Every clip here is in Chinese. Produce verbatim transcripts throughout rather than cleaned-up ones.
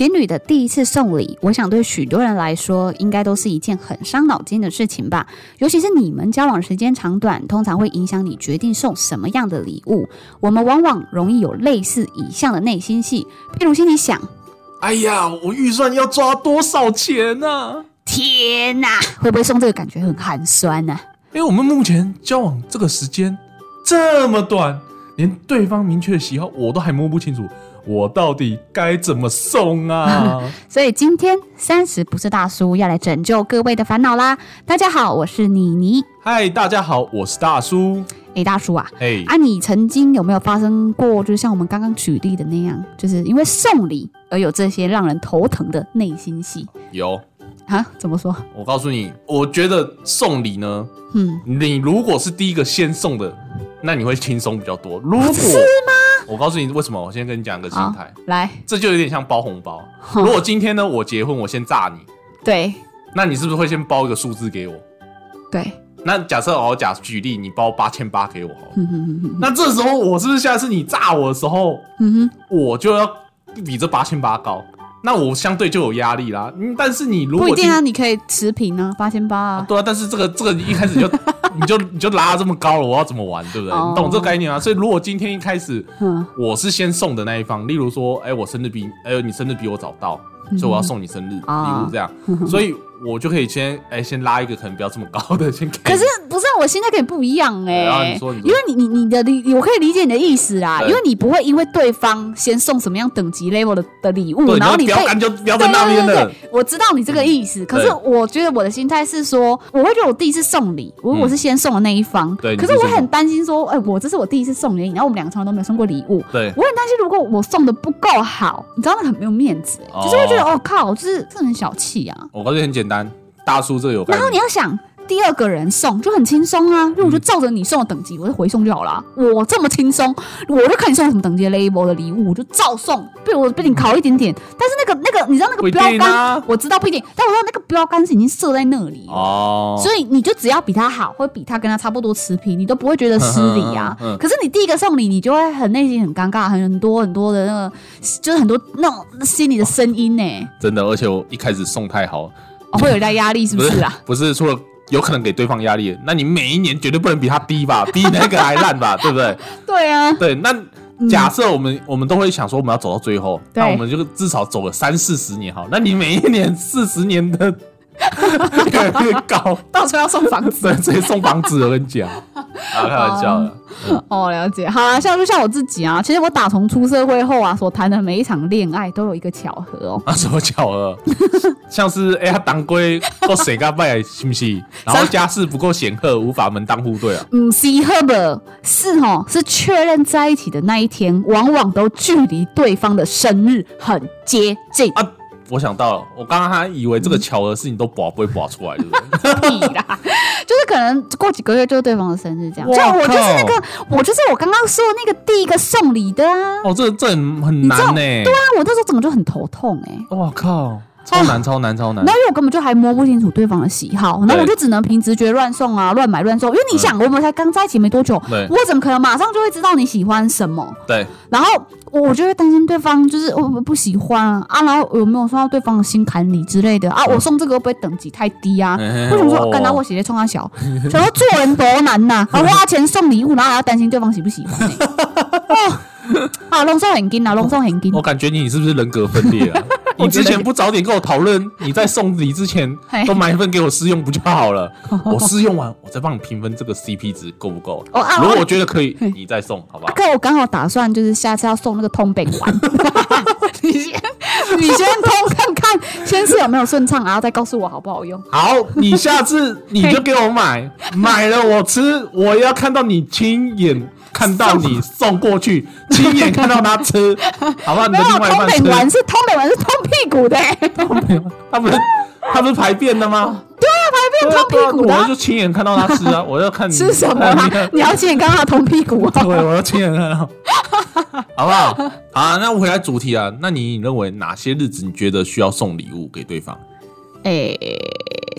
情侣的第一次送礼，我想对许多人来说应该都是一件很伤脑筋的事情吧，尤其是你们交往时间长短，通常会影响你决定送什么样的礼物。我们往往容易有类似以上的内心戏，譬如心里想， 哎呀，我预算要抓多少钱啊？ 天哪，会不会送这个感觉很寒酸啊？ 因为我们目前交往这个时间这么短，连对方明确的喜好我都还摸不清楚，我到底该怎么送啊？ 所以今天三十不是大叔要来拯救各位的烦恼啦！大家好，我是妮妮。 嗨，大家好，我是大叔。 哎，大叔啊， 嘿， 啊，你曾经有没有发生过，就是像我们刚刚举例的那样，就是因为送礼而有这些让人头疼的内心戏？ 有啊？怎么说？ 我告诉你，我觉得送礼呢，嗯，你如果是第一个先送的，那你会轻松比较多。如果是吗？ 我告诉你为什么，我先跟你讲一个心态， 来， 这就有点像包红包。如果今天呢，我结婚，我先炸你， 对， 那你是不是会先包一个数字给我？ 对。 那假设我假举例，你包八千八给我好了，那这时候我是不是下次你炸我的时候，嗯、我就要比这八千八高？那我相对就有压力啦。嗯，但是你如果不一定啊，你可以持平啊，八千八啊。 对啊，但是这个这个一开始就你就你就拉这么高了，我要怎么玩，对不对？哦、你懂这个概念啊？所以如果今天一开始，嗯、我是先送的那一方，例如说，哎、欸，我生日比哎、欸、你生日比我早到，嗯、所以我要送你生日礼物这样，哦、所以。我就可以先哎、欸，先拉一个可能不要这么高的，先给。可是不是我心态跟你不一样哎、欸？ 你说你说因为你你你的理，我可以理解你的意思啦，因为你不会因为对方先送什么样等级 level 的的礼物，然后你标杆就标在那边了。 我知道你这个意思，可是我觉得我的心态是说，我会觉得我第一次送礼，我我是先送的那一方，对、嗯。可是我很担心说，哎、欸，我这是我第一次送礼，然后我们两个从来都没有送过礼物， 对。 我很担心如果我送的不够好，你知道那很没有面子、欸，哦、就是会觉得哦靠，就是这很小气啊。 我告诉你很简单。大叔这个有概念， 然后你要想第二个人送就很轻松啊，因为我就照着你送的等级，我就回送就好了。我这么轻松，我就看你送什么等级的 label 的礼物，我就照送。对，我比你考一点点，但是那个那个，你知道那个标杆，啊、我知道不一定，但我知道那个标杆是已经设在那里了哦，所以你就只要比他好，或比他跟他差不多持平，你都不会觉得失礼啊。呵呵呵可是你第一个送礼，你就会很内心很尴尬，很多很多的那个，就是很多那种心里的声音呢、欸。 真的，而且我一开始送太好。 哦、会有点压力是不是啊？ 不是，不是，除了有可能给对方压力，那你每一年绝对不能比他低吧，比那个还烂吧，对不对？ 对啊， 对。那假设我们、嗯、我们都会想说我们要走到最后，那我们就至少走了三四十年好，那你每一年四十年的越来越高， 到时候要送房子， 对，直接送房子，我跟你讲，啊，开玩笑的。 嗯、哦，了解。好啊，像就像我自己啊，其实我打从出社会后啊，所谈的每一场恋爱都有一个巧合哦。 啊，什么巧合？像是哎，他当归够谁个拜是不是？然后家世不够显赫，无法门当户对啊？ 嗯，是赫不？是哦，是确认在一起的那一天，往往都距离对方的生日很接近啊。我想到了，我刚刚还以为这个巧合事情都拔不会拔出来，对不对？ 屁啦，就是可能过几个月就是对方的生日这样。就我就是那个，我就是我刚刚说的那个第一个送礼的啊。 哦，这这很很难呢、欸。 对啊，我那时候整个就很头痛哎、欸。 哇靠！超难，啊、超难，超难！ 然后因为我根本就还摸不清楚对方的喜好，然后我就只能凭直觉乱送啊，乱买乱送。因为你想，我们才刚在一起没多久，我怎么可能马上就会知道你喜欢什么？ 对。 然后我就会担心对方就是我不喜欢啊，啊然后有没有送到对方的心坎里之类的啊？我送这个会不会等级太低啊？为什么说干拿我写的冲他小？想说做人多难呐、啊！花钱送礼物，然后还要担心对方喜不喜欢、欸？哦。啊，龙送很紧啊，龙送很紧。 我感觉你是不是人格分裂啊？你之前不早点跟我讨论，你在送礼之前都买一份给我试用不就好了？我试用完，我再帮你评分这个 C P 值够不够？哦啊、如果我觉得可以，你再送，好不好？ 可、啊、我刚好打算就是下次要送那个通本丸，你先你先通看看，先是有没有顺畅，然后再告诉我好不好用。 好，你下次你就给我买，买了我吃，我要看到你亲眼。看到你送过去，亲眼看到他吃，好不好？你的另外一半吃。 通北丸是通北丸是通屁股的、欸， 他不是他不是排便的吗？ 对啊，排便通屁股的、啊。 我就亲眼看到他吃啊！我要看你吃什么、啊？你要亲眼看到他通屁股啊！ 对，我要亲眼看到，好不好？好啊，那我回来主题啊。那你认为哪些日子你觉得需要送礼物给对方？ 诶、欸，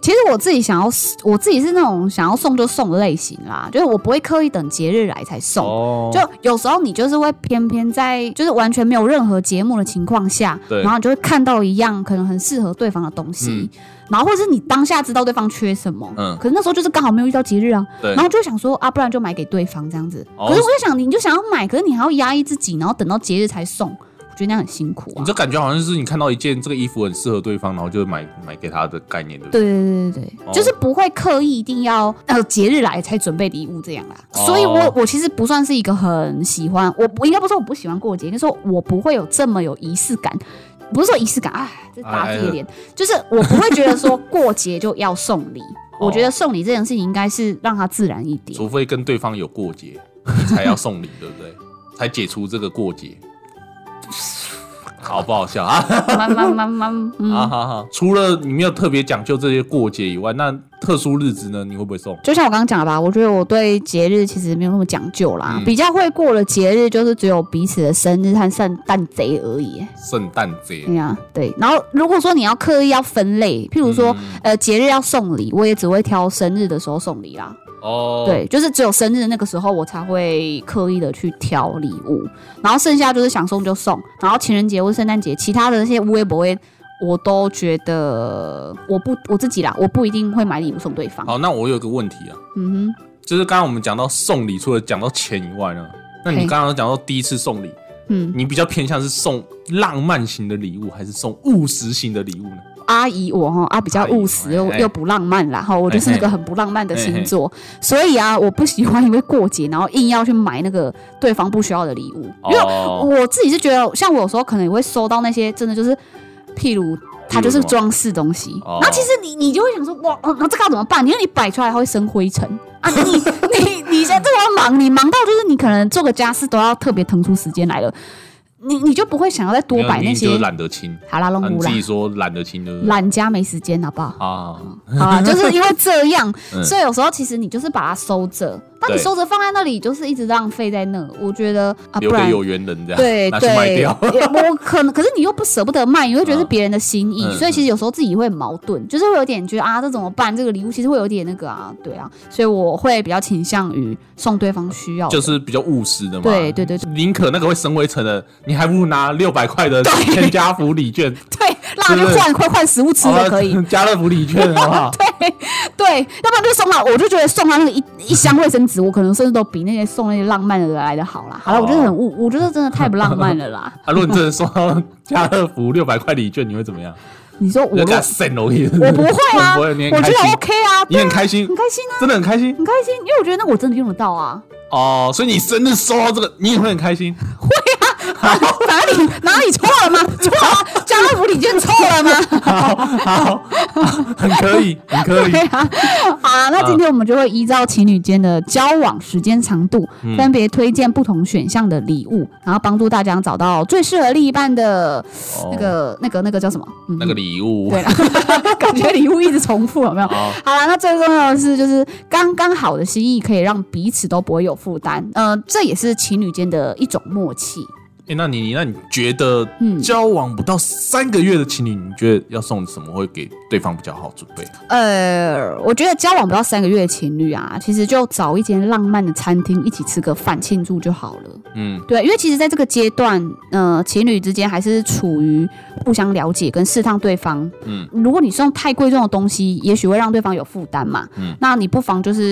其实我自己想要，我自己是那种想要送就送的类型啦，就是我不会刻意等节日来才送。哦、就有时候你就是会偏偏在就是完全没有任何节目的情况下，然后你就会看到一样可能很适合对方的东西。嗯，然后或者是你当下知道对方缺什么，嗯，可是那时候就是刚好没有遇到节日啊，然后就会想说啊，不然就买给对方这样子。哦、可是我就想，你就想要买，可是你还要压抑自己，然后等到节日才送，我觉得那样很辛苦啊。 你这感觉好像是你看到一件这个衣服很适合对方，然后就买买给他的概念，对不对？对对对对，哦、就是不会刻意一定要呃节日来才准备礼物这样啦。哦、所以我我其实不算是一个很喜欢，我我应该不说我不喜欢过节，应该说我不会有这么有仪式感。不是说仪式感，哎，这打自己的脸，就是我不会觉得说过节就要送礼。我觉得送礼这件事情应该是让它自然一点， 除非跟对方有过节，你才要送礼，对不对？才解除这个过节。好不好笑啊？ 慢慢慢慢，嗯、 啊好好。除了你没有特别讲究这些过节以外，那特殊日子呢？你会不会送？ 就像我刚刚讲的吧，我觉得我对节日其实没有那么讲究啦，嗯、比较会过的节日就是只有彼此的生日和圣诞节而已。 圣诞节， 对啊，对。然后如果说你要刻意要分类，譬如说、嗯、呃节日要送礼，我也只会挑生日的时候送礼啦。哦，对，就是只有生日那个时候我才会刻意的去挑礼物，然后剩下就是想送就送，然后情人节或圣诞节，其他的那些无微不微，我都觉得我不我自己啦，我不一定会买礼物送对方。 好，那我有个问题啊，嗯哼，就是刚刚我们讲到送礼，除了讲到钱以外呢，那你刚刚讲到第一次送礼，嗯，你比较偏向是送浪漫型的礼物，还是送务实型的礼物呢？ 阿姨我哈啊比较务实又又不浪漫啦哈，我就是那个很不浪漫的星座，所以啊我不喜欢因为过节然后硬要去买那个对方不需要的礼物，因为我自己是觉得像我有时候可能也会收到那些真的就是譬如它就是装饰东西，然后其实你你就会想说哇，那这个要怎么办？因为你摆出来它会生灰尘啊，你你你现在这么忙，你忙到就是你可能做个家事都要特别腾出时间来了。你你就不会想要再多摆那些， 你就懒得清。 好啦，弄你自己说懒得清的， 懒加没时间，好不好？啊，好啦，就是因为这样，嗯、所以有时候其实你就是把它收着。当你收着放在那里，就是一直浪费在那。我觉得啊， 留给有缘人这样， 对拿去卖掉。 我可能，可是你又不舍不得卖，你会觉得是别人的心意，嗯、所以其实有时候自己会很矛盾，就是会有点觉得啊，这怎么办？这个礼物其实会有点那个啊，对啊，所以我会比较倾向于送对方需要的， 就是比较务实的嘛。 对对对， 宁可那个会生灰尘的，你还不如拿六百块的全家福礼券， 对，让他去换换换食物吃的可以， 家乐福礼券好不好？ 对对，要不然就送他，我就觉得送他那个一一箱卫生纸，我可能甚至都比那些送那些浪漫的来的好啦。好了，我觉得很误，我觉得真的太不浪漫了啦。 啊，如果你真的送到家乐福六百块礼券，你会怎么样？ 你说我我不会啊， 我觉得 OK 啊， 你很开心， 很开心啊， 真的很开心， 很开心，因为我觉得那我真的用得到啊。 哦，所以你生日收到这个，你也会很开心。 会啊，哪里哪里错了吗？错了，家乐福礼券错了吗？ 好，好，很可以，很可以。 对啊，好啊，那今天我们就会依照情侣间的交往时间长度，嗯、分别推荐不同选项的礼物，然后帮助大家找到最适合另一半的那个、哦、那个、那个叫什么？嗯、 那个礼物。 对啦，感觉礼物一直重复，有没有？哦、好了，那最重要的是，就是刚刚好的心意可以让彼此都不会有负担。呃，这也是情侣间的一种默契。 欸、那你那你觉得交往不到三个月的情侣，你觉得要送什么会给对方比较好准备？ 呃，我觉得交往不到三个月的情侣啊，其实就找一间浪漫的餐厅一起吃个饭庆祝就好了。嗯，对，因为其实在这个阶段，呃，情侣之间还是处于互相了解跟试探对方。嗯，如果你送太贵重的东西，也许会让对方有负担嘛。嗯，那你不妨就是。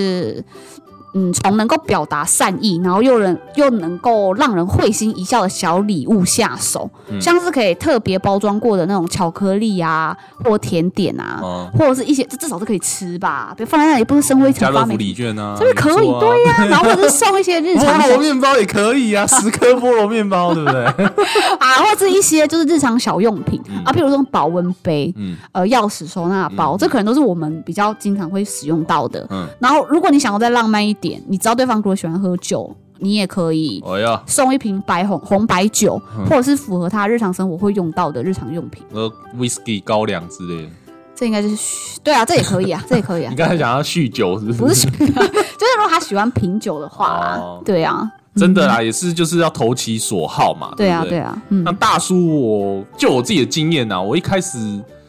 嗯，从能够表达善意，然后又能又能够让人会心一笑的小礼物下手，嗯、像是可以特别包装过的那种巧克力啊，或甜点啊，哦、或者是一些至少是可以吃吧，别放在那里不是生灰尘。 家乐福礼券啊， 这是可以、啊、对呀、啊，然后或者是送一些日常菠萝面包也可以啊，十颗菠萝面包，对不对？ 啊，或者是一些就是日常小用品、嗯、啊，譬如说保温杯，嗯、呃，钥匙收纳包，嗯、这可能都是我们比较经常会使用到的。嗯，然后如果你想要再浪漫一点。你知道对方如果喜欢喝酒，你也可以送一瓶白红红白酒，嗯、或者是符合他日常生活会用到的日常用品， 呃 ，whisky 高粱之类的。 这应该就是对啊，这也可以啊，这也可以啊。 你刚才讲要酗酒是不是？ 不是，就是如果他喜欢品酒的话啦，哦、对啊。 真的啦，嗯、也是就是要投其所好嘛。 对啊， 对不对？ 对啊。嗯、 那大叔我，就我自己的经验啊，我一开始。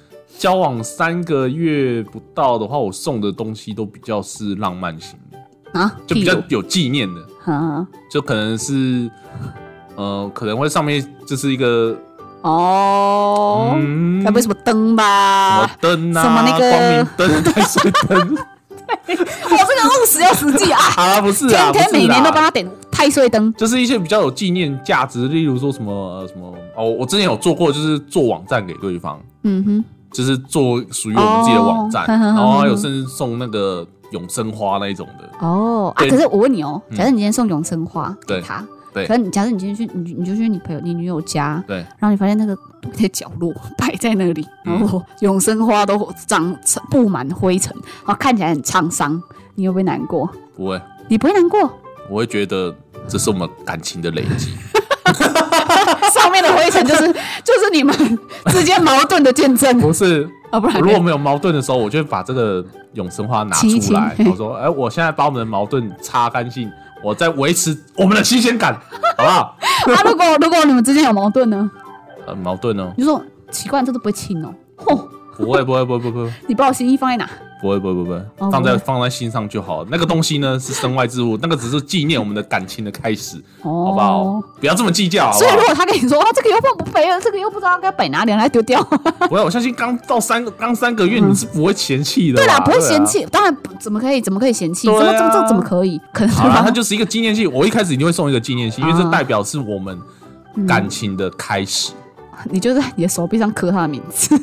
交往三个月不到的话，我送的东西都比较是浪漫型的啊， 就比较有纪念的， 啊、 就可能是呃，可能会上面就是一个哦，该、嗯、不会什么灯吧？ 什么灯啊？ 什么那个光明灯、太岁灯。 我、哦、这个务实又实际啊！ 啊，不是啊， 天天每年都帮他点太岁灯， 就是一些比较有纪念价值，例如说什么、呃、什么哦，我之前有做过，就是做网站给对方，嗯哼，就是做属于我们自己的网站，哦、然后还有甚至送那个永生花那一种的。 哦啊，可是我问你哦，假设你今天送永生花给他。 对， 可是你假设你今天去，你你就去你朋友、你女友家， 对， 然后你发现那个堆在角落摆在那里，然后永生花都长布满灰尘，然后看起来很沧桑，你会不会难过？ 不会， 你不会难过？ 我会觉得这是我们感情的累积。 上面的灰尘就是就是你们之间矛盾的见证。 不是， 哦、不然如果没有矛盾的时候，我就会把这个永生花拿出来，我说：“哎、欸，我现在把我们的矛盾擦干净。”我在维持我们的新鲜感，好不好？ 啊，如果如果你们之间有矛盾呢？ 呃，矛盾呢？ 你就说奇怪，这都不会亲哦。吼， 不会不会不会不会。 你把我心意放在哪？ 不会不会不会，哦、放在放在心上就好。那个东西呢是身外之物，那个只是纪念我们的感情的开始，哦、好不好？不要这么计较好不好。 所以如果他跟你说啊，这个又放不飞了，这个又不知道该摆哪里来丢掉。 不要，我相信刚到三个刚三个月你是不会嫌弃的。 对啦，不会嫌弃，当然怎么可以怎么可以嫌弃？怎么怎么这怎么可以？可能啊，它就是一个纪念性。我一开始一定会送一个纪念性，因为这代表是我们感情的开始。 嗯、你就在你的手臂上刻他的名字。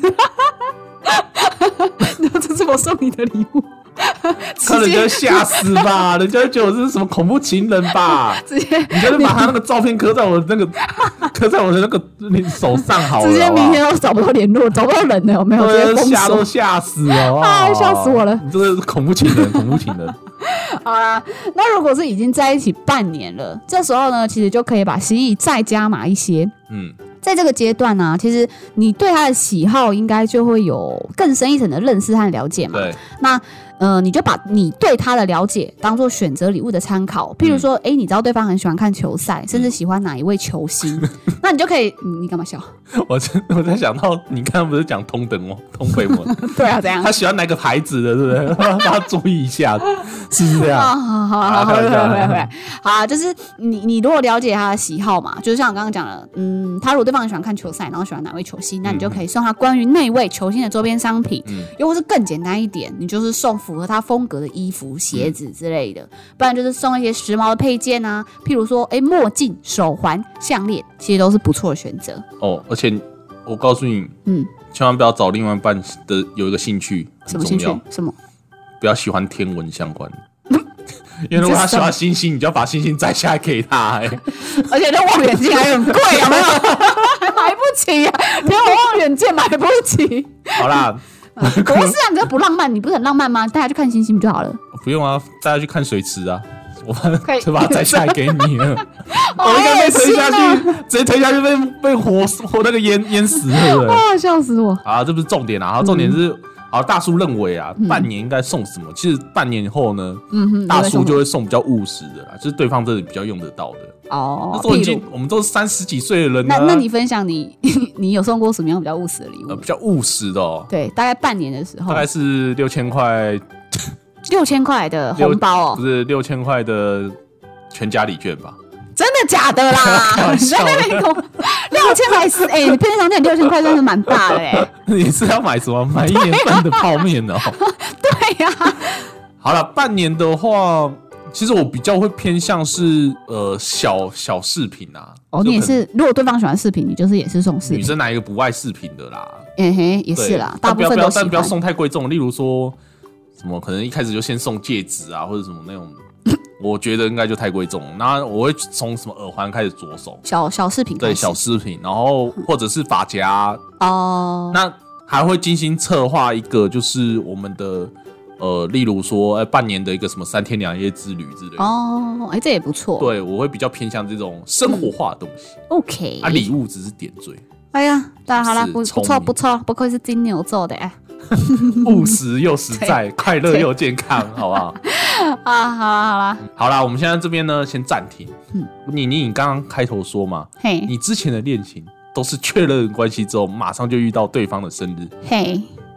这是我送你的礼物。 看人家吓死吧，人家觉得我是什么恐怖情人吧？ 直接， 你就是把他那个照片刻在我那个刻在我的那个手上好了， 直接明天都找不到联络，找不到人了，有没有？直接吓都吓死了， 啊，吓死我了！ 你这个是恐怖情人，恐怖情人。 好啦，那如果是已经在一起半年了，这时候呢，其实就可以把心意再加码一些，嗯。在这个阶段呢、啊，其实你对他的喜好应该就会有更深一层的认识和了解嘛。 对。 那呃，你就把你对他的了解当做选择礼物的参考。譬如说，哎、嗯，你知道对方很喜欢看球赛，甚至喜欢哪一位球星，那你就可以，你干嘛笑？ 我我在想到你刚刚不是讲通等哦，通北门。 对啊，怎样？ 他喜欢哪个牌子的，对不对？让他注意一下，是不是这样？ 好好好好，回来回来回来。好啊，就是你你如果了解他的喜好嘛，就是像我刚刚讲的，嗯，他如果对方很喜欢看球赛，然后喜欢哪位球星，那你就可以送他关于那位球星的周边商品，嗯，又或是更简单一点，你就是送符合他风格的衣服、鞋子之类的，不然就是送一些时髦的配件啊，譬如说，哎，墨镜、手环、项链，其实都是不错的选择。 哦，而且我告诉你，嗯，千万不要找另外一半的有一个兴趣， 什么兴趣？什么？ 不要喜欢天文相关。因为如果他喜欢星星，你就要把星星摘下来给他、欸， 而且那望远镜还很贵，有没有？还买不起啊！天文望远镜买不起。 好啦， 不是啊，你这不浪漫，你不是很浪漫吗？大家去看星星不就好了？ 不用啊，大家去看水池啊，我就把它摘下来给你了。我应该被推下去，直接推下去被被火火那个淹淹死了，对不对？ 哇，笑死我！ 啊，这不是重点啊，重点是。嗯好，大叔认为啊，半年应该送什么？嗯、其实半年后呢，嗯、大叔就会送比较务实的啦，就是对方真的比较用得到的。哦，那都已经我们都是三十几岁的人了。 那那你分享你你有送过什么样比较务实的礼物？ 呃，比较务实的哦。 对，大概半年的时候， 大概是六千块， 六千块的红包哦， 不是六千块的全家礼券吧？ 真的假的啦？你在那边跟我六千块是哎，便利商店六千块真是蛮大的哎。 你是要买什么？买一年份的泡面哦。 对呀、啊。 好了，半年的话，其实我比较会偏向是呃小小饰品啊。 哦，你也是，如果对方喜欢饰品，你就是也是送饰品。 女生哪一个不爱饰品的啦？ 嗯哼，也是啦，大部分都喜欢。 但不要送太贵重，例如说什么可能一开始就先送戒指啊，或者什么那种。我觉得应该就太贵重，那我会从什么耳环开始着手， 小小饰品， 对，小饰品，然后或者是发夹哦，那还会精心策划一个，就是我们的呃，例如说、欸、半年的一个什么三天两夜之旅之类的哦，哎、欸，这也不错， 对，我会比较偏向这种生活化的东西、嗯、，OK， 啊，礼物只是点缀， 哎呀，当然好了，不不错不错，不愧是金牛座的哎。 务实又实在，快乐又健康，好不好？ 啊，好啦好啦， 好啦，我们现在这边呢，先暂停。嗯，你你你刚刚开头说嘛，嘿，你之前的恋情都是确认关系之后，马上就遇到对方的生日，嘿，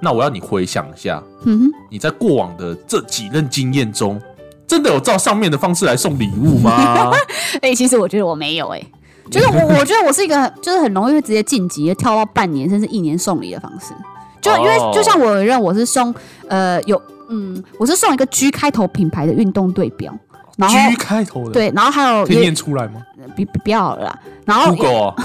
那我要你回想一下， 嗯哼， 你在过往的这几任经验中，真的有照上面的方式来送礼物吗？ 哎、欸，其实我觉得我没有哎、欸，就是我我觉得我是一个就是很容易会直接晋级，跳到半年甚至一年送礼的方式。就因为就像我有一任我是送呃有嗯我是送一个 G 开头品牌的运动队表，然后 G 开头的对，然后还有可以念出来吗？ 不不要好了啦，然后 Google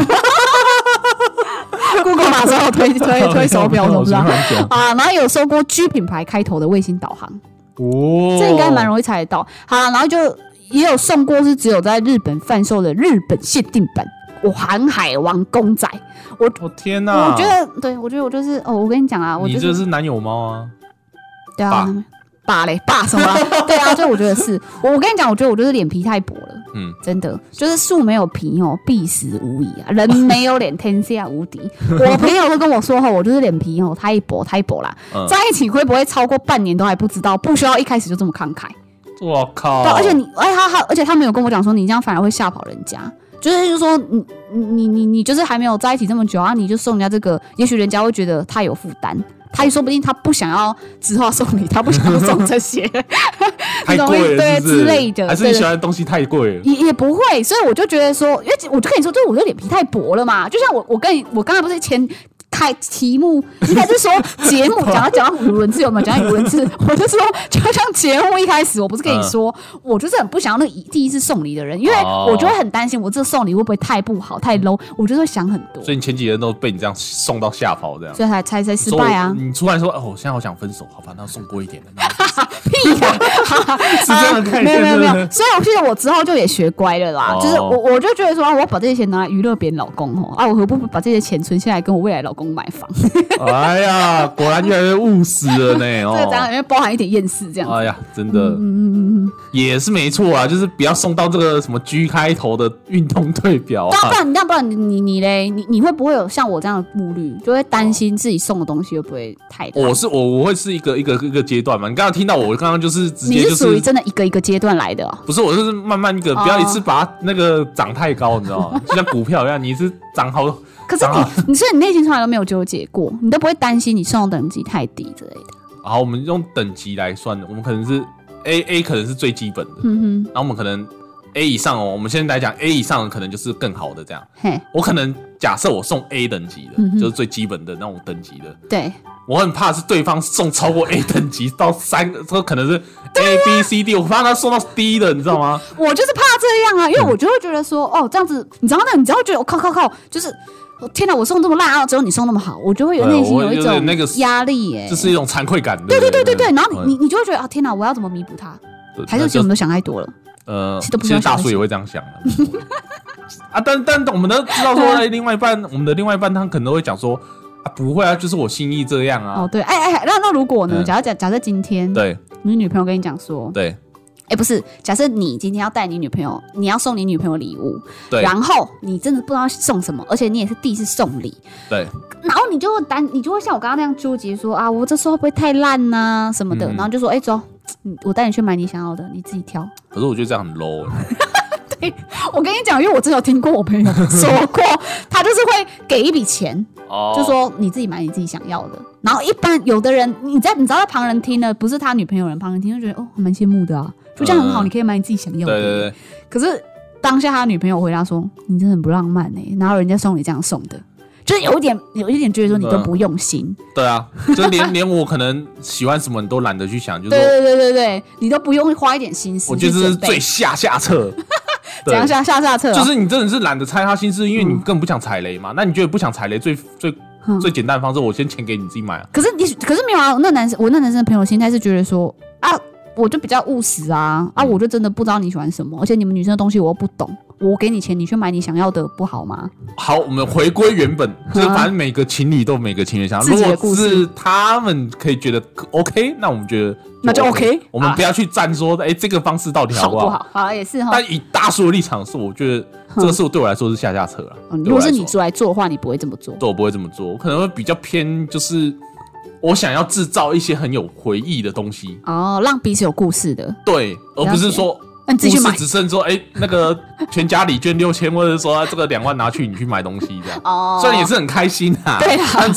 Google 马上有推推推手表，我不知道啊。然后有收过 G 品牌开头的卫星导航， 哦， 这应该蛮容易猜得到。好，然后就也有送过是只有在日本贩售的日本限定版我航海王公仔。我我、哦、天哪！ 我觉得，对我觉得我就是哦，我跟你讲啊，我、就是、 你这是男友猫啊？ 对啊，爸嘞爸什么、啊？对啊，所以我觉得是我我跟你讲，我觉得我就是脸皮太薄了。嗯，真的就是树没有皮哦，必死无疑啊！人没有脸，天下无敌。我朋友都跟我说吼，我就是脸皮哦太薄太薄啦。嗯、在一起会不会超过半年都还不知道，不需要一开始就这么慷慨。 我靠！ 对，而且你，哎他他，而且他没有跟我讲说你这样反而会吓跑人家。就是就是说你你你你就是还没有在一起这么久啊，你就送人家这个，也许人家会觉得他有负担。他说不定他不想要之后送你，他不想要送这些， 太贵了， 对之类的， 还是你喜欢的东西太贵了？ 也也不会，所以我就觉得说，因为我就跟你说，就是我的脸皮太薄了嘛。就像我我跟你我刚才不是前开题目应该是说节目讲到讲到语文字有没有讲到语文字？我就说就像节目一开始我不是跟你说，嗯、我就是很不想要那第一次送礼的人，因为我就会很担心我这送礼会不会太不好太 low， 我就会想很多。 所以你前几任都被你这样送到吓跑这样， 所以才才才失败啊！ 你突然说哦，我现在好想分手，好吧，那送贵一点的。 屁呀、啊！ 是这样的概念， 没有没有没有。所以我记得我之后就也学乖了啦，哦、就是我我就觉得说啊，我要把这些钱拿来娱乐别人老公哦，啊，我何不把这些钱存下来跟我未来老公买房？ 哎呀，果然越来越务实了呢。哦， 这个当然里面包含一点厌世这样。 哎呀，真的，嗯嗯嗯，也是没错啊，就是不要送到这个什么 G 开头的运动队表啊。 不然，不然你你你嘞，你你会不会有像我这样的顾虑，就会担心自己送的东西会不会太大？ 我是我我会是一个一个一个阶段嘛。你刚刚听到我刚刚就是直接就是， 你是属于真的一个一个阶段来的哦。 不是，我就是慢慢一个，不要一次把它那个涨太高，你知道吗？就像股票一样，你是涨好。 可是你，你说你内心从来都没有纠结过，你都不会担心你送的等级太低之类的。 好，我们用等级来算的，我们可能是 A A 可能是最基本的，嗯哼，然后我们可能 A 以上哦，我们现在来讲 A 以上的可能就是更好的这样。嘿，我可能假设我送 A 等级的，嗯、就是最基本的那种等级的。 对， 我很怕是对方送超过 A 等级到三个，这可能是 A B C D， 我怕他送到 D 的，你知道吗？ 我就是怕这样啊，因为我就会觉得说，哦，这样子，你知道那，你只要觉得我靠靠靠，就是。天哪！我送这么烂啊，只有你送那么好，我就会有内心有一种那个压力耶， 这是一种惭愧感。 对对对对对，然后你你你就会觉得啊，天哪！我要怎么弥补它？还是其实我们都想太多了。呃， 其实大叔也会这样想啊，但但我们都知道说，另外一半，我们的另外一半他可能都会讲说啊，不会啊，就是我心意这样啊。 哦，对，哎哎，那那如果呢？假设假假设今天， 对， 你女朋友跟你讲说， 对。 哎，不是，假设你今天要带你女朋友，你要送你女朋友礼物， 对， 然后你真的不知道送什么，而且你也是第一次送礼， 对， 然后你就会担，你就会像我刚刚那样纠结说啊，我这时候会不会太烂呐、啊、什么的，嗯、然后就说，哎，走，我带你去买你想要的，你自己挑。 可是我觉得这样很 low 对，我跟你讲，因为我真的有听过我朋友说过，他就是会给一笔钱，哦、就说你自己买你自己想要的。然后一般有的人，你在你知道旁人听了，不是他女朋友人，旁人听就觉得哦，蛮羡慕的啊。就这样很好，嗯、你可以买你自己想要的。 对对对。 可是当下他女朋友回答说：“你真的很不浪漫哎、欸，哪有人家送你这样送的？”就是有一点，有一点觉得说你都不用心。 嗯、对啊，就连连我可能喜欢什么你都懒得去想，就是对对对对对，你都不用花一点心思。 我觉得这是最下下策。 怎样下下下策、啊？ 就是你真的是懒得猜他心思，因为你根本不想踩雷嘛。嗯、那你觉得不想踩雷最最？嗯、最简单的方式，我先钱给你自己买啊。 可是你，可是没有啊。那男生，我那男生的朋友心态是觉得说啊，我就比较务实啊，啊，我就真的不知道你喜欢什么，而且你们女生的东西我又不懂，我给你钱，你去买你想要的，不好吗？ 好，我们回归原本，就是反正每个情侣都有每个情侣想，如果是他们可以觉得 OK， 那我们觉得。 那就 OK， 我们不要去站说，哎、欸，这个方式到底好不好？ 好不好？好，也是哈。 但以大叔的立场是，我觉得这个是对我来说是下下策了、 嗯。如果是你出来做的话，你不会这么做。 对，我不会这么做，我可能会比较偏，就是我想要制造一些很有回忆的东西哦，让彼此有故事的。 对，而不是说。 你自己去买， 只剩说，哎、欸，那个全家礼券六千，或者说这个两万拿去你去买东西这样。哦，虽然也是很开心啊， 对啊， 但是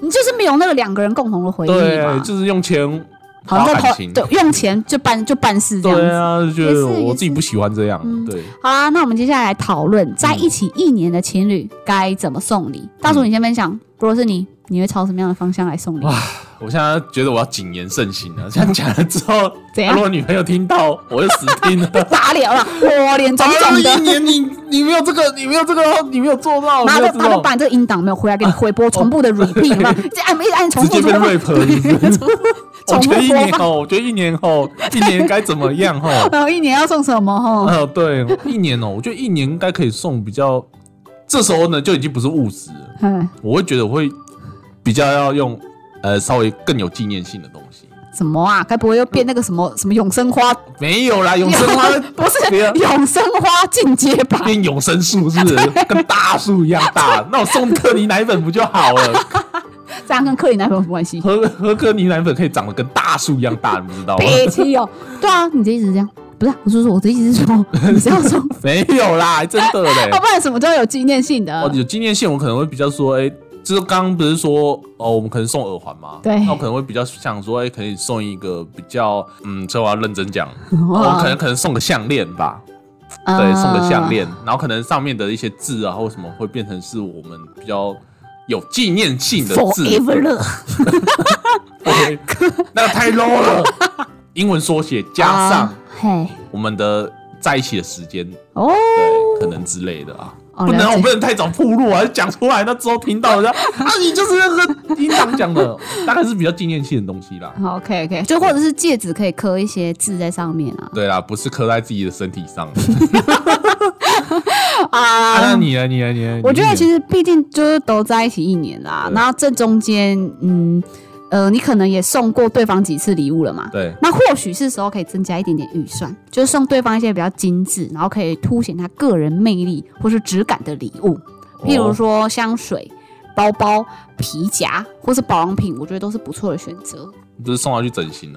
你就是没有那个两个人共同的回忆嘛。 对，就是用钱。 好像在对用钱就办就办事这样子， 对啊，就觉得我自己不喜欢这样。嗯、对， 好啊，那我们接下来讨论在一起一年的情侣该怎么送礼。嗯、大叔，你先分享，如果是你，你会朝什么样的方向来送礼？ 我现在觉得我要谨言慎行了。这样讲了之后， 怎样？ 如果女朋友听到，我就死定了， 打脸了，我脸肿肿的。 一年你你没有这个，你没有这个，你没有做到， 然后他就把这个音档没有回来给你回播，重复的 repeat， 有没有？这按一按重复， 直接变 rap 了。我觉得一年后，我觉得一年后，一年该怎么样后？ 然后一年要送什么后？ 呃，对，一年哦，我觉得一年应该可以送比较，这时候呢就已经不是务实了。嗯，我会觉得我会比较要用呃稍微更有纪念性的东西。 什么啊？该不会又变那个什么什么永生花？ 没有啦，永生花不是永生花进阶版， 变永生树是不是？跟大树一样大？那我送克尼奶粉不就好了？ 这样跟克林奶粉有什么关系？ 喝喝克尼奶粉可以长得跟大树一样大，你不知道吗？ 别气哦！对啊，你的意思是这样？不是，我是说我的意思是说，你是要说没有啦，真的嘞。 要不然什么叫有纪念性的？ 哦，有纪念性，我可能会比较说，哎、欸，就是刚刚不是说哦，我们可能送耳环嘛？ 对， 那我可能会比较想说，哎、欸，可以送一个比较，嗯，所以我要认真讲，我可能可能送个项链吧。对，送个项链，然后可能上面的一些字啊或什么会变成是我们比较有纪念性的字。 Forever 对，那个太 low 了。英文缩写加上我们的在一起的时间，哦，对，可能之类的啊。不能，我不能太早铺路啊！讲出来，那之后听到人家啊，你就是那个音档讲的，大概是比较纪念性的东西啦。 OK OK， 就或者是戒指可以刻一些字在上面啊。 对啦，不是刻在自己的身体上。啊，那你呢？你呢？你呢？ 我觉得其实毕竟就是都在一起一年啦，然后这中间，嗯。呃，你可能也送过对方几次礼物了嘛？ 对， 那或许是时候可以增加一点点预算，就是送对方一些比较精致，然后可以凸显他个人魅力或是质感的礼物，譬如说香水、包包、皮夹或是保养品，我觉得都是不错的选择。 你不是送他去整形了？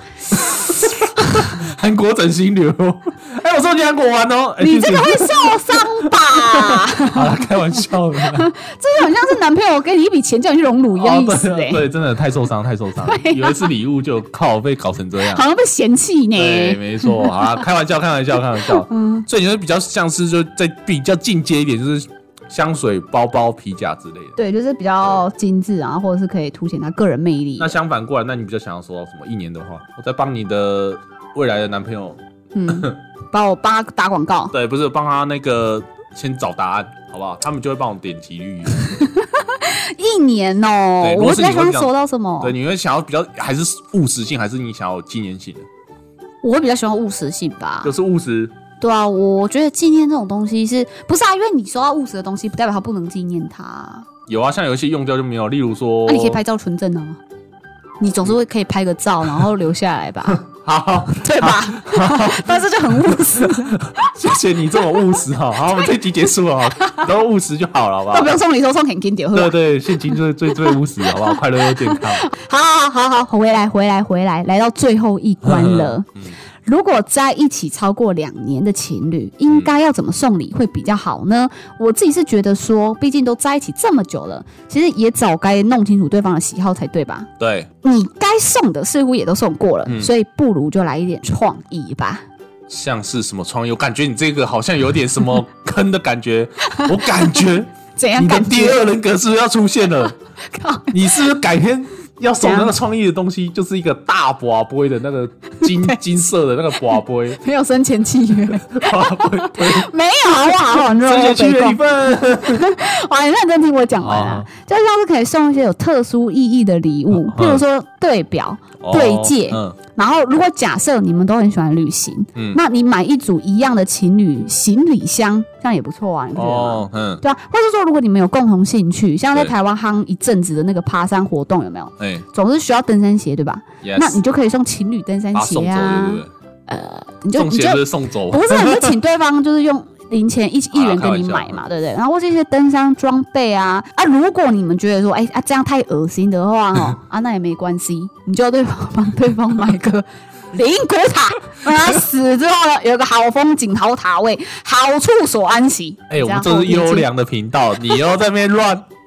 韩国整形流，哎、欸，我送你韩国玩哦、欸， 你这个会受伤吧？ 好啦，开玩笑的，这就很像是男朋友给你一笔钱叫你去隆乳一样意思、欸哦对，对，真的太受伤，太受伤了，以为是礼物就靠被搞成这样， 好像被嫌弃呢。 对，没错，好啦，开玩笑，开玩笑，开玩笑。嗯，所以你会比较像是就在比较进阶一点，就是。香水、包包、皮夹之类的， 对，就是比较精致啊，或者是可以凸显他个人魅力。 那相反过来，那你比较想要收到什么？一年的话，我再帮你的未来的男朋友，嗯， 帮我帮他打广告。 对，不是帮他那个先找答案，好不好？他们就会帮我点击率。 一年哦、喔，我比较想收到什么？ 对，你会想要比较还是务实性，还是你想要有纪念性的？ 我会比较喜欢务实性吧， 就是务实。 对啊，我觉得纪念这种东西是不是啊？因为你收到务实的东西，不代表他不能纪念它。有啊，像有一些用掉就没有，例如说， 那、啊、你可以拍照存证啊，你总是会可以拍个照，然后留下来吧。 好， 对吧？但是就很务实。 谢谢你这么务实哈。好，我们这集结束了，都务实就好了，好不好？ 都不用送礼，都送现金就好。 对对，现金就是最最务实，好不好？快乐又健康。 好好好好，回来回来回来，来到最后一关了。嗯如果在一起超过两年的情侣，应该要怎么送礼会比较好呢？我自己是觉得说，毕竟都在一起这么久了，其实也早该弄清楚对方的喜好才对吧？ 对， 你该送的似乎也都送过了，嗯、所以不如就来一点创意吧。 像是什么创意？我感觉你这个好像有点什么坑的感觉，我感觉怎样？ 你的第二人格是不是要出现了？你是不是改天？要送那个创意的东西，就是一个大拔杯的那个金金色的那个拔杯， 没有生前契约，没有好不好？生前契约一份。 哇，你认真听我讲完啊！就像是可以送一些有特殊意义的礼物，譬如说对表、对戒。嗯然后，如果假设你们都很喜欢旅行，嗯，那你买一组一样的情侣行李箱，这样也不错啊，你不觉得吗？哦，嗯，对啊，或是说，如果你们有共同兴趣，像在台湾夯一阵子的那个爬山活动，有没有？哎，总是需要登山鞋，对吧？ Yes. 那你就可以送情侣登山鞋啊，对不对？呃，你就你就送走， 不是，你就请对方就是用。零钱一一元给你买嘛，对不对？然后这些登山装备啊啊，如果你们觉得说，哎啊这样太恶心的话哦啊，那也没关系，你就对方帮对方买个灵骨塔，让他死之后呢，有个好风景、好塔位、好处所安息。 哎、欸，我们这是优良的频道，你又在那边乱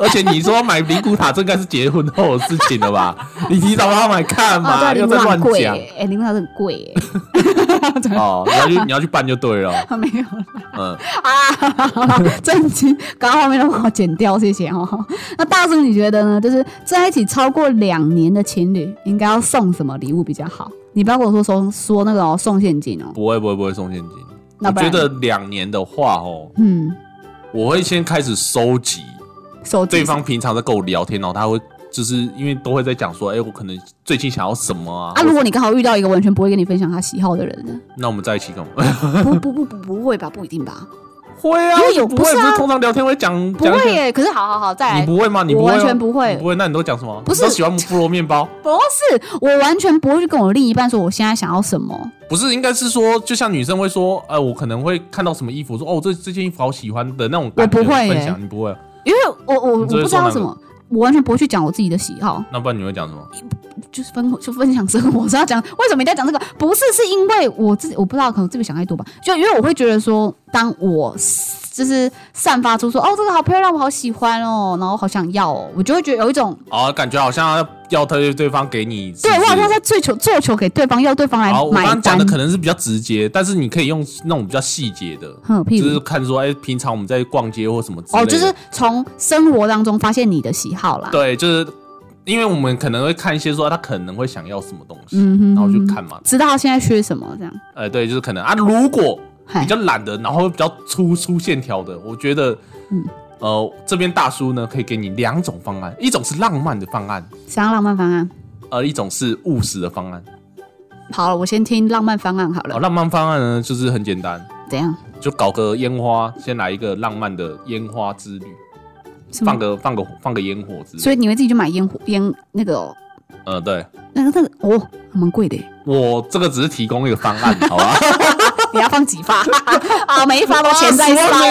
而且你说买灵骨塔，这应该是结婚后的事情了吧？你提早要买看嘛， 哦、对， 又在乱讲。 哎，灵骨塔很贵耶。 哦，你要去你要去办就对了。 没有啦。 嗯啊，震惊！刚刚后面都帮我剪掉，谢谢哦。那大叔你觉得呢？就是在一起超过两年的情侣，应该要送什么礼物比较好？你不要跟我说说说那个、哦、送现金哦。 不会不会不会送现金。我觉得两年的话哦，嗯，我会先开始收集，收集对方平常在跟我聊天，然后他会就是因为都会在讲说，哎、欸，我可能最近想要什么啊？ 啊，如果你刚好遇到一个完全不会跟你分享他喜好的人呢？ 那我们在一起干嘛？ 不不不不不会吧？不一定吧？ 会啊， 因为有不会， 不是啊， 不是通常聊天会讲， 不会耶。可是好好好，再来， 你不会吗？你不会、哦， 我完全不会， 你不会。那你都讲什么？ 不是都喜欢菠萝面包？ 不是，我完全不会去跟我另一半说我现在想要什么。 不是，应该是说，就像女生会说，呃，我可能会看到什么衣服，说哦，这这件衣服好喜欢的那种感觉。 我不会分享，你不会， 因为我我我不知道什么，我完全不会去讲我自己的喜好。 那不然你会讲什么？ 就是分就分享生活，是要讲为什么一定要讲这个？不是，是因为我自己我不知道，可能这边想太多吧。就因为我会觉得说，当我就是散发出说哦这个好漂亮，我好喜欢哦，然后好想要哦，我就会觉得有一种哦感觉好像要要对对方给你是不是， 对我好像在追求做球给对方，要对方来买单。 我刚刚讲的可能是比较直接，但是你可以用那种比较细节的，就是看说哎、欸，平常我们在逛街或什么之类的， 哦，就是从生活当中发现你的喜好啦。 对，就是因为我们可能会看一些说他可能会想要什么东西，嗯、哼哼然后去看嘛， 知道他现在缺什么这样。 呃，对，就是可能啊，如果比较懒的，然后比较粗粗线条的，我觉得，嗯，呃，这边大叔呢可以给你两种方案，一种是浪漫的方案， 想要浪漫方案， 呃，一种是务实的方案。 好了，我先听浪漫方案好了。 哦、浪漫方案呢，就是很简单， 怎样？ 就搞个烟花，先来一个浪漫的烟花之旅，放个放个放个烟火之旅。 所以你会自己去买烟火烟那个、哦？ 呃，对， 那个那个哦，蛮贵的。 我这个只是提供一个方案，好吧？ 你要放几发啊？每一发都钱在烧，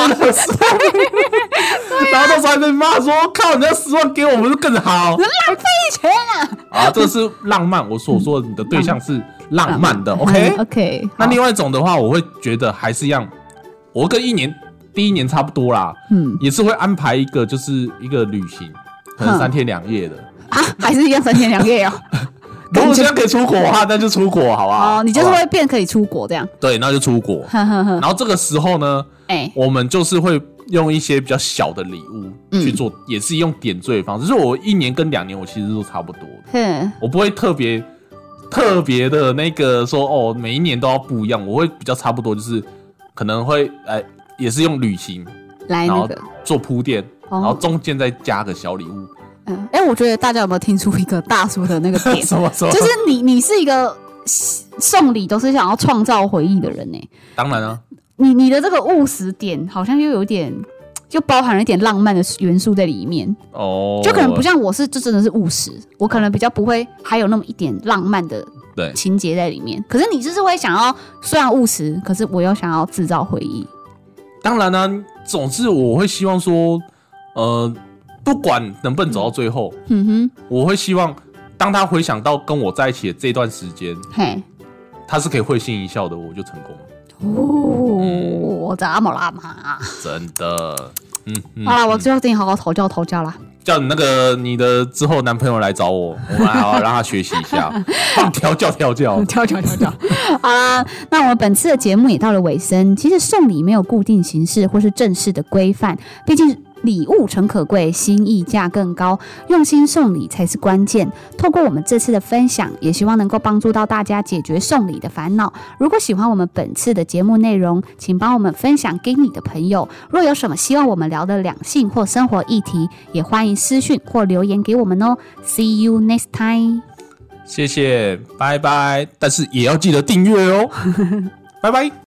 然后到时候还被骂说：“靠，你那十万给我们就更好， 浪费钱啊！” 啊，这个是浪漫。我所说的你的对象是浪漫的 ，OK OK。 那另外一种的话，我会觉得还是一样，我跟一年第一年差不多啦，嗯，也是会安排一个就是一个旅行，可能三天两夜的啊，还是一样三天两夜哦。 如果现在可以出国的话，那就出国，好不好？ 哦，你就是会变可以出国这样。 对，那就出国。然后这个时候呢，欸、我们就是会用一些比较小的礼物去做，嗯、也是用点缀的方式。就是我一年跟两年，我其实都差不多的。我不会特别特别的那个说哦，每一年都要不一样。我会比较差不多，就是可能会哎，也是用旅行来那个做铺垫，然后中间再加个小礼物。 嗯，哎、欸，我觉得大家有没有听出一个大叔的那个点？ 什么什么？ 就是你，你是一个送礼都是想要创造回忆的人呢、欸。 当然啊， 你你的这个务实点好像又有点，就包含了一点浪漫的元素在里面。哦，就可能不像我是，就真的是务实，我可能比较不会，还有那么一点浪漫的情节在里面。可是你就是会想要，虽然务实，可是我又想要制造回忆。 当然呢、啊，总之我会希望说，呃。不管能不能走到最后，嗯哼，我会希望当他回想到跟我在一起的这段时间，嘿，他是可以会心一笑的，我就成功了。 哦，我、嗯、这么浪漫啊！ 真的，嗯，嗯好了，我最后跟你好好讨教讨教啦。 叫你那个你的之后男朋友来找我，我们好好让他学习一下，放调教调教调教调教。好啦，那我们本次的节目也到了尾声。其实送礼没有固定形式或是正式的规范，毕竟礼物诚可贵，心意价更高，用心送礼才是关键。透过我们这次的分享，也希望能够帮助到大家解决送礼的烦恼。如果喜欢我们本次的节目内容，请帮我们分享给你的朋友。若有什么希望我们聊的两性或生活议题，也欢迎私讯或留言给我们哦。See you next time。 谢谢，拜拜。但是也要记得订阅哦。拜拜。